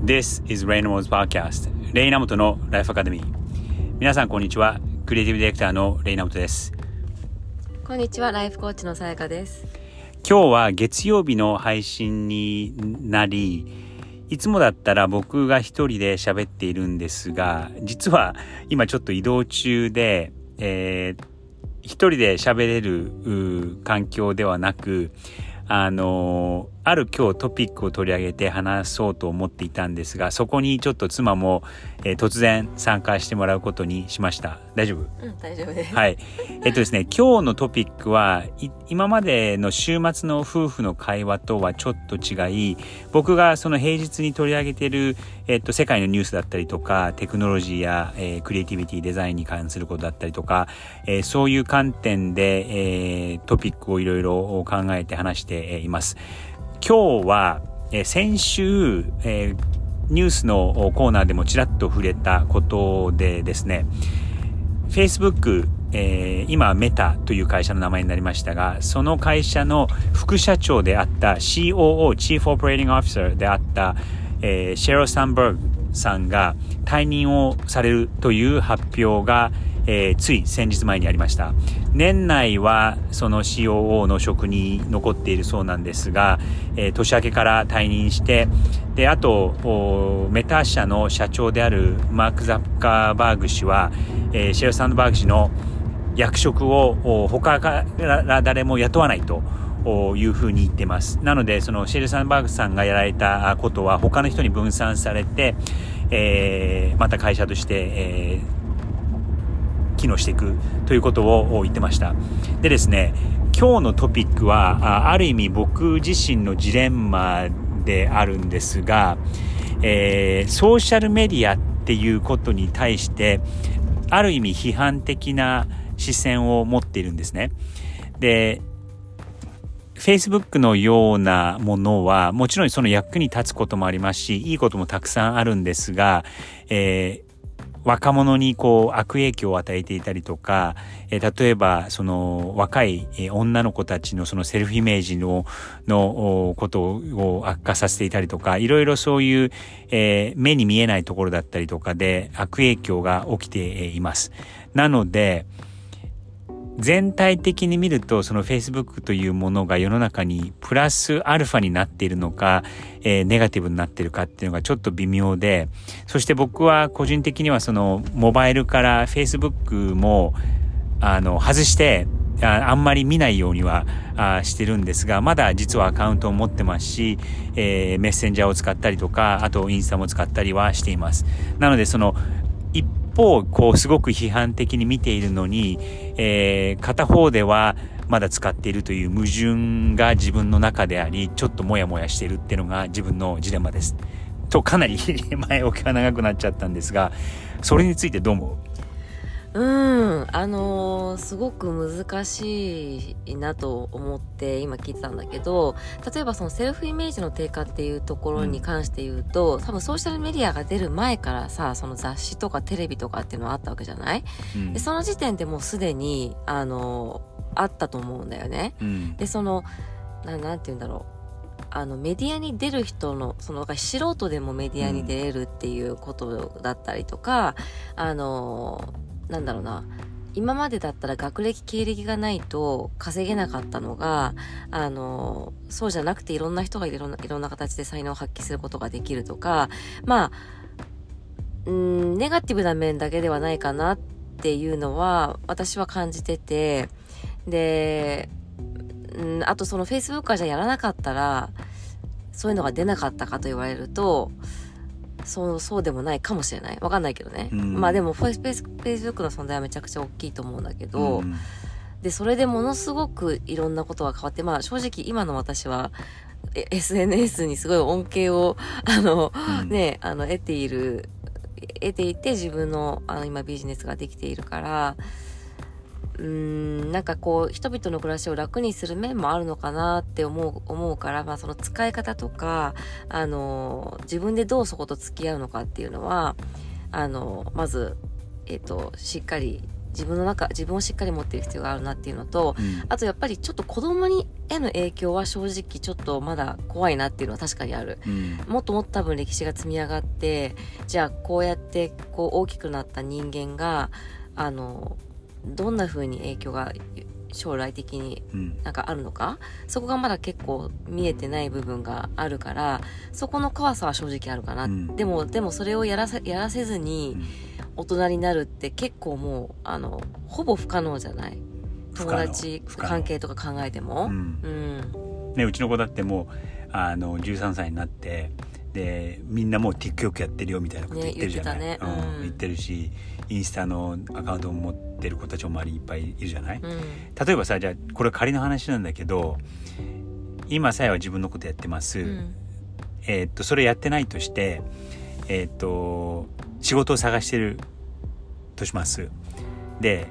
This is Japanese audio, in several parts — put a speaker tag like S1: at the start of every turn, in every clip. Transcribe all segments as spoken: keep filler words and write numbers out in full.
S1: This is Raynamo's Podcast レイナモトのライフアカデミー。皆さんこんにちは。クリエイティブディレクターのレイナモトです。
S2: こんにちは。ライフコーチのさやかです。
S1: 今日は月曜日の配信になり、いつもだったら僕が一人で喋っているんですが、実は今ちょっと移動中で、えー、一人で喋れる環境ではなく、あのー、ある今日トピックを取り上げて話そうと思っていたんですが、そこにちょっと妻も、えー、突然参加してもらうことにしました。大丈夫？
S2: うん、大丈夫です。
S1: はい。えっとですね、今日のトピックは、今までの週末の夫婦の会話とはちょっと違い、僕がその平日に取り上げている、えっと、世界のニュースだったりとか、テクノロジーや、えー、クリエイティビティ、デザインに関することだったりとか、えー、そういう観点で、えー、トピックをいろいろ考えて話しています。今日は、えー、先週、えー、ニュースのコーナーでもちらっと触れたことでですね、Facebook、えー、今メタという会社の名前になりましたが、その会社の副社長であった シーオーオー Chief Operating Officer であった、えー、シェロ・サンバーグさんが退任をされるという発表が、えー、つい先日前にありました。年内はその シーオーオー の職に残っているそうなんですが、えー、年明けから退任して、で、あとメタ社の社長であるマーク・ザッカーバーグ氏は、えー、シェロ・サンバーグ氏の役職を他から誰も雇わないというふうに言ってます。なのでそのシェル・サンバーグさんがやられたことは他の人に分散されて、えー、また会社として、えー、機能していくということを言ってました。でですね、今日のトピックはある意味僕自身のジレンマであるんですが、えー、ソーシャルメディアっていうことに対してある意味批判的な視線を持っているんですね。で、Facebook のようなものはもちろんその役に立つこともありますし、いいこともたくさんあるんですが、えー若者にこう悪影響を与えていたりとか、えー、例えばその若い、えー、女の子たちのそのセルフイメージののことを悪化させていたりとか、いろいろそういう、えー、目に見えないところだったりとかで悪影響が起きています。なので全体的に見るとその Facebook というものが世の中にプラスアルファになっているのか、えー、ネガティブになっているかっていうのがちょっと微妙で、そして僕は個人的にはそのモバイルから Facebook もあの外してあ, あんまり見ないようにはあしてるんですが、まだ実はアカウントを持ってますし、えー、メッセンジャーを使ったりとか、あとインスタも使ったりはしています。なのでその一方こうすごく批判的に見ているのに、えー、片方ではまだ使っているという矛盾が自分の中であり、ちょっとモヤモヤしているっていうのが自分のジレンマですと、かなり前置きが長くなっちゃったんですが、それについてどう思う？
S2: うん、あのー、すごく難しいなと思って今聞いてたんだけど、例えばそのセルフイメージの低下っていうところに関して言うと、うん、多分ソーシャルメディアが出る前からさ、その雑誌とかテレビとかっていうのはあったわけじゃない、うん、でその時点でもうすでにあのー、あったと思うんだよね、うん、でそのな、なんて言うんだろう、あのメディアに出る人のその素人でもメディアに出れるっていうことだったりとか、うん、あのーなんだろうな、今までだったら学歴経歴がないと稼げなかったのが、あのそうじゃなくていろんな人がいろんないろんな形で才能を発揮することができるとか、まあうーんネガティブな面だけではないかなっていうのは私は感じてて、でうんあとその Facebook がじゃあやらなかったらそういうのが出なかったかと言われると、そうそうでもないかもしれない。わかんないけどね、うん、まあでも Facebook の存在はめちゃくちゃ大きいと思うんだけど、うん、でそれでものすごくいろんなことが変わって、まあ正直今の私は エスエヌエス にすごい恩恵をあの、うん、ねあの得ている得ていて自分のあの今ビジネスができているから、うーんなんかこう人々の暮らしを楽にする面もあるのかなって思う思うから、まあその使い方とかあの自分でどうそこと付き合うのかっていうのはあのまずえっとしっかり自分の中自分をしっかり持っている必要があるなっていうのと、
S1: うん、
S2: あとやっぱりちょっと子供にへの影響は正直ちょっとまだ怖いなっていうのは確かにある、
S1: うん、
S2: もっともっと多分歴史が積み上がって、じゃあこうやってこう大きくなった人間があのどんな風に影響が将来的になんかあるのか、うん、そこがまだ結構見えてない部分があるから、そこの怖さは正直あるかな、うん、でもでもそれをやらせ、やらせずに大人になるって結構もうあのほぼ不可能じゃない？友達関係とか考えても、うん
S1: うんね、うちの子だってもうあのじゅうさんさいになってでみんなもう TikTok やってるよみたいなこと言ってるじゃない、ね、言ってたね、うん、言ってるし、インスタのアカウントを持ってる子たちも周りにいっぱいいるじゃない、うん、例えばさ、じゃあこれ仮の話なんだけど、今さえは自分のことやってます、うん、えー、っとそれやってないとしてえー、っと仕事を探してるとします。で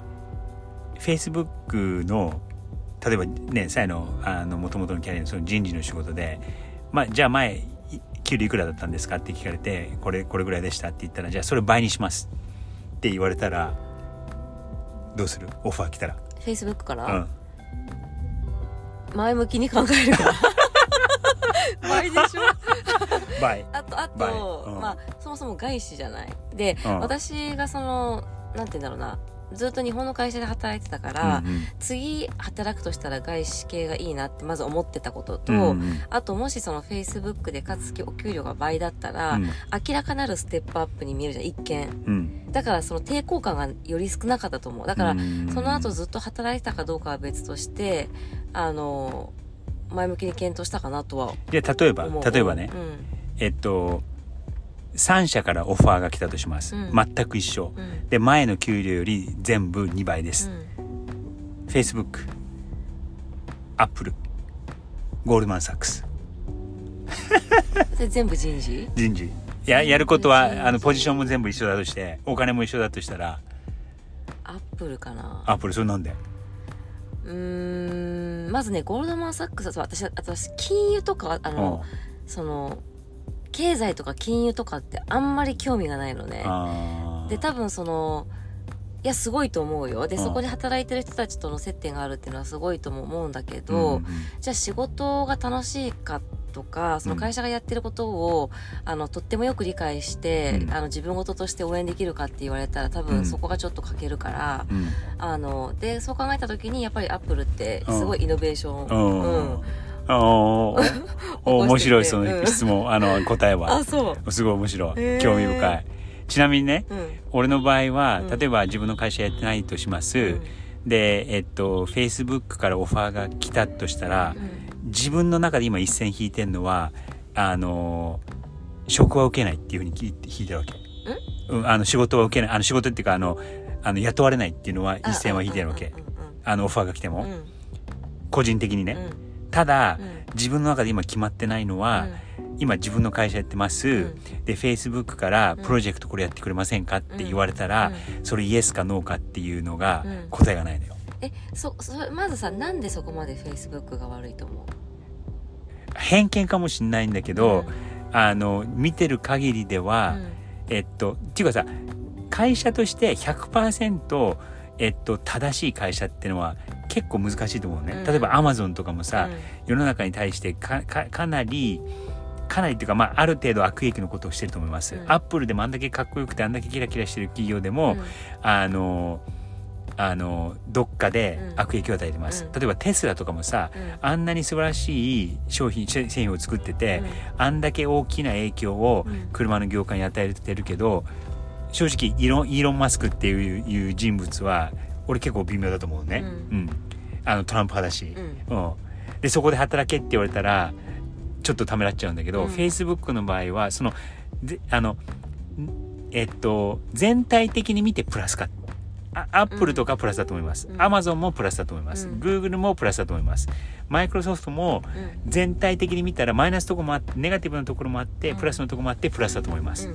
S1: Facebook の例えばね、さえのあの元々のキャリアのその人事の仕事で、まあじゃあ前給料いくらだったんですかって聞かれて、これこれぐらいでしたって言ったら、じゃあそれ倍にしますって言われたらどうする？オファー来たら
S2: Facebook から、うん、前向きに考えるから倍でしょ
S1: 倍
S2: あとあと、うん、まあそもそも外資じゃないで、うん、私がそのなんて言うんだろうな、ずっと日本の会社で働いてたから、うんうん、次働くとしたら外資系がいいなってまず思ってたことと、うんうん、あともしその Facebook でかつお給料が倍だったら、うん、明らかなるステップアップに見えるじゃん、一見、うん、だからその抵抗感がより少なかったと思う。だからその後ずっと働いてたかどうかは別として、あの前向きに検討したかなとは。
S1: で例えば例えばね、うん、えっとさん社からオファーが来たとします、うん、全く一緒、うん、で前の給料より全部にばいです、うん、Facebook、Apple、ゴールドマンサックス
S2: それ全部人事？
S1: 人事。いや、やることはあのポジションも全部一緒だとして、お金も一緒だとしたら
S2: Apple かな。
S1: Apple。 それなんで？
S2: うーん、まずねゴールドマンサックスは私私金融とかあのその経済とか金融とかってあんまり興味がないのね。で多分そのいやすごいと思うよ。でそこに働いてる人たちとの接点があるっていうのはすごいとも思うんだけど、うんうん、じゃあ仕事が楽しいかとか、その会社がやってることを、うん、あのとってもよく理解して、うん、あの自分事として応援できるかって言われたら多分そこがちょっと欠けるから、うん、あのでそう考えた時にやっぱりアップルってすごいイノベーション、うんうん
S1: お面白いその質問、うん、あの答えは
S2: あそう
S1: すごい面白い、興味深い。ちなみにね、うん、俺の場合は、例えば自分の会社やってないとします、うん、でえっと Facebook からオファーが来たとしたら、うん、自分の中で今一線引いてるのはあの職は受けないっていうふうに引いてるわけ、うん、あの仕事は受けない、あの仕事っていうかあのあの雇われないっていうのは一線は引いてるわけ、あのオファーが来ても、うん、個人的にね、うんただ、うん、自分の中で今決まってないのは、うん、今自分の会社やってます、うん、で Facebook からプロジェクトこれやってくれませんかって言われたら、うん、それイエスかノーかっていうのが答えがないのよ、
S2: うん、えそそまずさ、なんでそこまで Facebook が悪いと思う？
S1: 偏見かもしれないんだけど、うん、あの見てる限りでは、うん、えっとっていうかさ、会社として ひゃくパーセントえっと正しい会社っていうのは結構難しいと思うね、うん、例えばアマゾンとかもさ、うん、世の中に対してか、か、かなりかなりっていうか、まあ、ある程度悪影響のことをしてると思います、うん、アップルでもあんだけかっこよくてあんだけキラキラしてる企業でも、うん、あのあのどっかで悪影響を与えてます、うん、例えばテスラとかもさ、うん、あんなに素晴らしい商品製品を作ってて、うん、あんだけ大きな影響を車の業界に与えてるけど、正直イーロン、イーロンマスクっていう、いう人物は俺結構微妙だと思うね、うんうん、あのトランプ派だし、うんうん、でそこで働けって言われたらちょっとためらっちゃうんだけど、うん、Facebook の場合はそのであのえっと全体的に見てプラスか、あアップルとかプラスだと思います、うん、アマゾンもプラスだと思います、うん、Google もプラスだと思います、マイクロソフトも全体的に見たらマイナスところもあってネガティブなところもあってプラスのところもあってプラスだと思います、うん、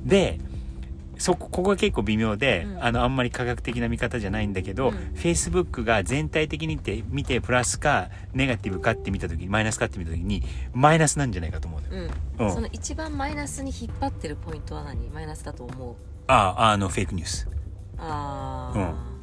S1: でそこ、ここが結構微妙で、うん、あのあんまり科学的な見方じゃないんだけど、うん、Facebook が全体的にて見てプラスかネガティブかって見た時にマイナスかって見た時にマイナスなんじゃないかと思うのよ、
S2: うんうん、その一番マイナスに引っ張ってるポイントは何？マイナスだと思う？
S1: ああ、あのフェイクニュース。
S2: ああ、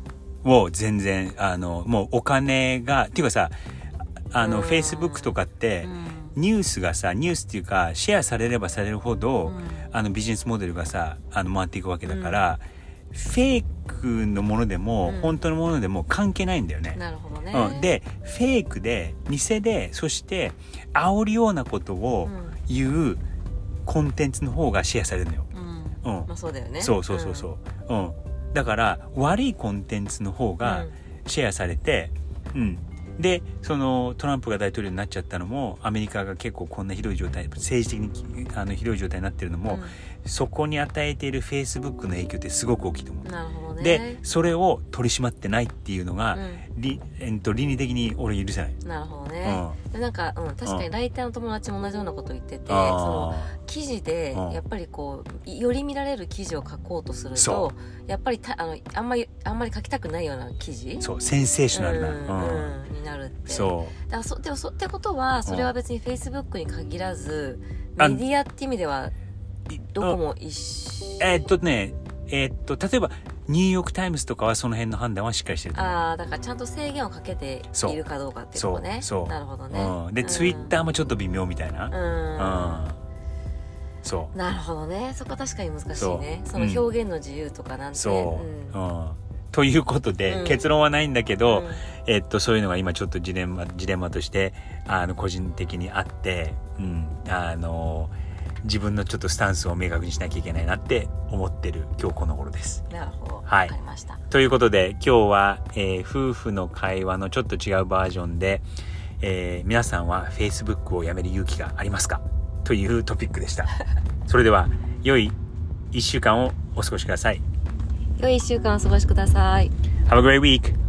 S1: を全然あのもうお金がっていうかさあの、うん、Facebook とかって、うん、ニュースがさニュースっていうかシェアされればされるほど、うん、あのビジネスモデルがさあの回っていくわけだから、うん、フェイクのものでも、うん、本当のものでも関係ないんだよね。
S2: なるほどね、
S1: うん、でフェイクで偽でそして煽るようなことを言うコンテンツの方がシェアされるのよ。
S2: うん、うん、まあそうだよね。
S1: そうそうそうそう、うんうん、だから悪いコンテンツの方がシェアされて、うん、でそのトランプが大統領になっちゃったのもアメリカが結構こんなひどい状態政治的にあのひどい状態になってるのも、うん、そこに与えている Facebook の影響ってすごく大きいと思う。
S2: なるほどね。
S1: でそれを取り締まってないっていうのが、うんりえっと、倫理的に俺許せない。
S2: なるほどね、うん、でなんか、うん、確かにライターの友達も同じようなこと言ってて、その記事でやっぱりこうより見られる記事を書こうとするとやっぱりたあのあんまりあんまり書きたくないような記事
S1: そうセンセーショナルな、
S2: うんうん、になるって。そうだからそでもそってことはそれは別に Facebook に限らずメディアって意味ではどこも一緒。
S1: えー、っとねえー、っと例えばニューヨークタイムズとかはその辺の判断はしっかりしてると思う。
S2: ああだからちゃんと制限をかけているかどうかっていうことね。
S1: そうそう
S2: なるほどね、
S1: うん、で、うん、ツイッターもちょっと微妙みたいな、うんうん、そう
S2: なるほどね。そこは確かに難しいね。 そ, その表現の自由とかなんて、
S1: そう、うんうん、ということで、うん、結論はないんだけど、うんえっと、そういうのが今ちょっとジレンマジレンマとしてあの個人的にあって、うん、あの自分のちょっとスタンスを明確にしなきゃいけないなって思ってる今日この頃です。
S2: なるほど、
S1: はい、
S2: わかりました。
S1: ということで今日は、えー、夫婦の会話のちょっと違うバージョンで、えー、皆さんは Facebook をやめる勇気がありますかというトピックでした。それでは良いいっしゅうかんをお過ごしください。
S2: 良いいっしゅうかんお過ごしください。
S1: Have a great week!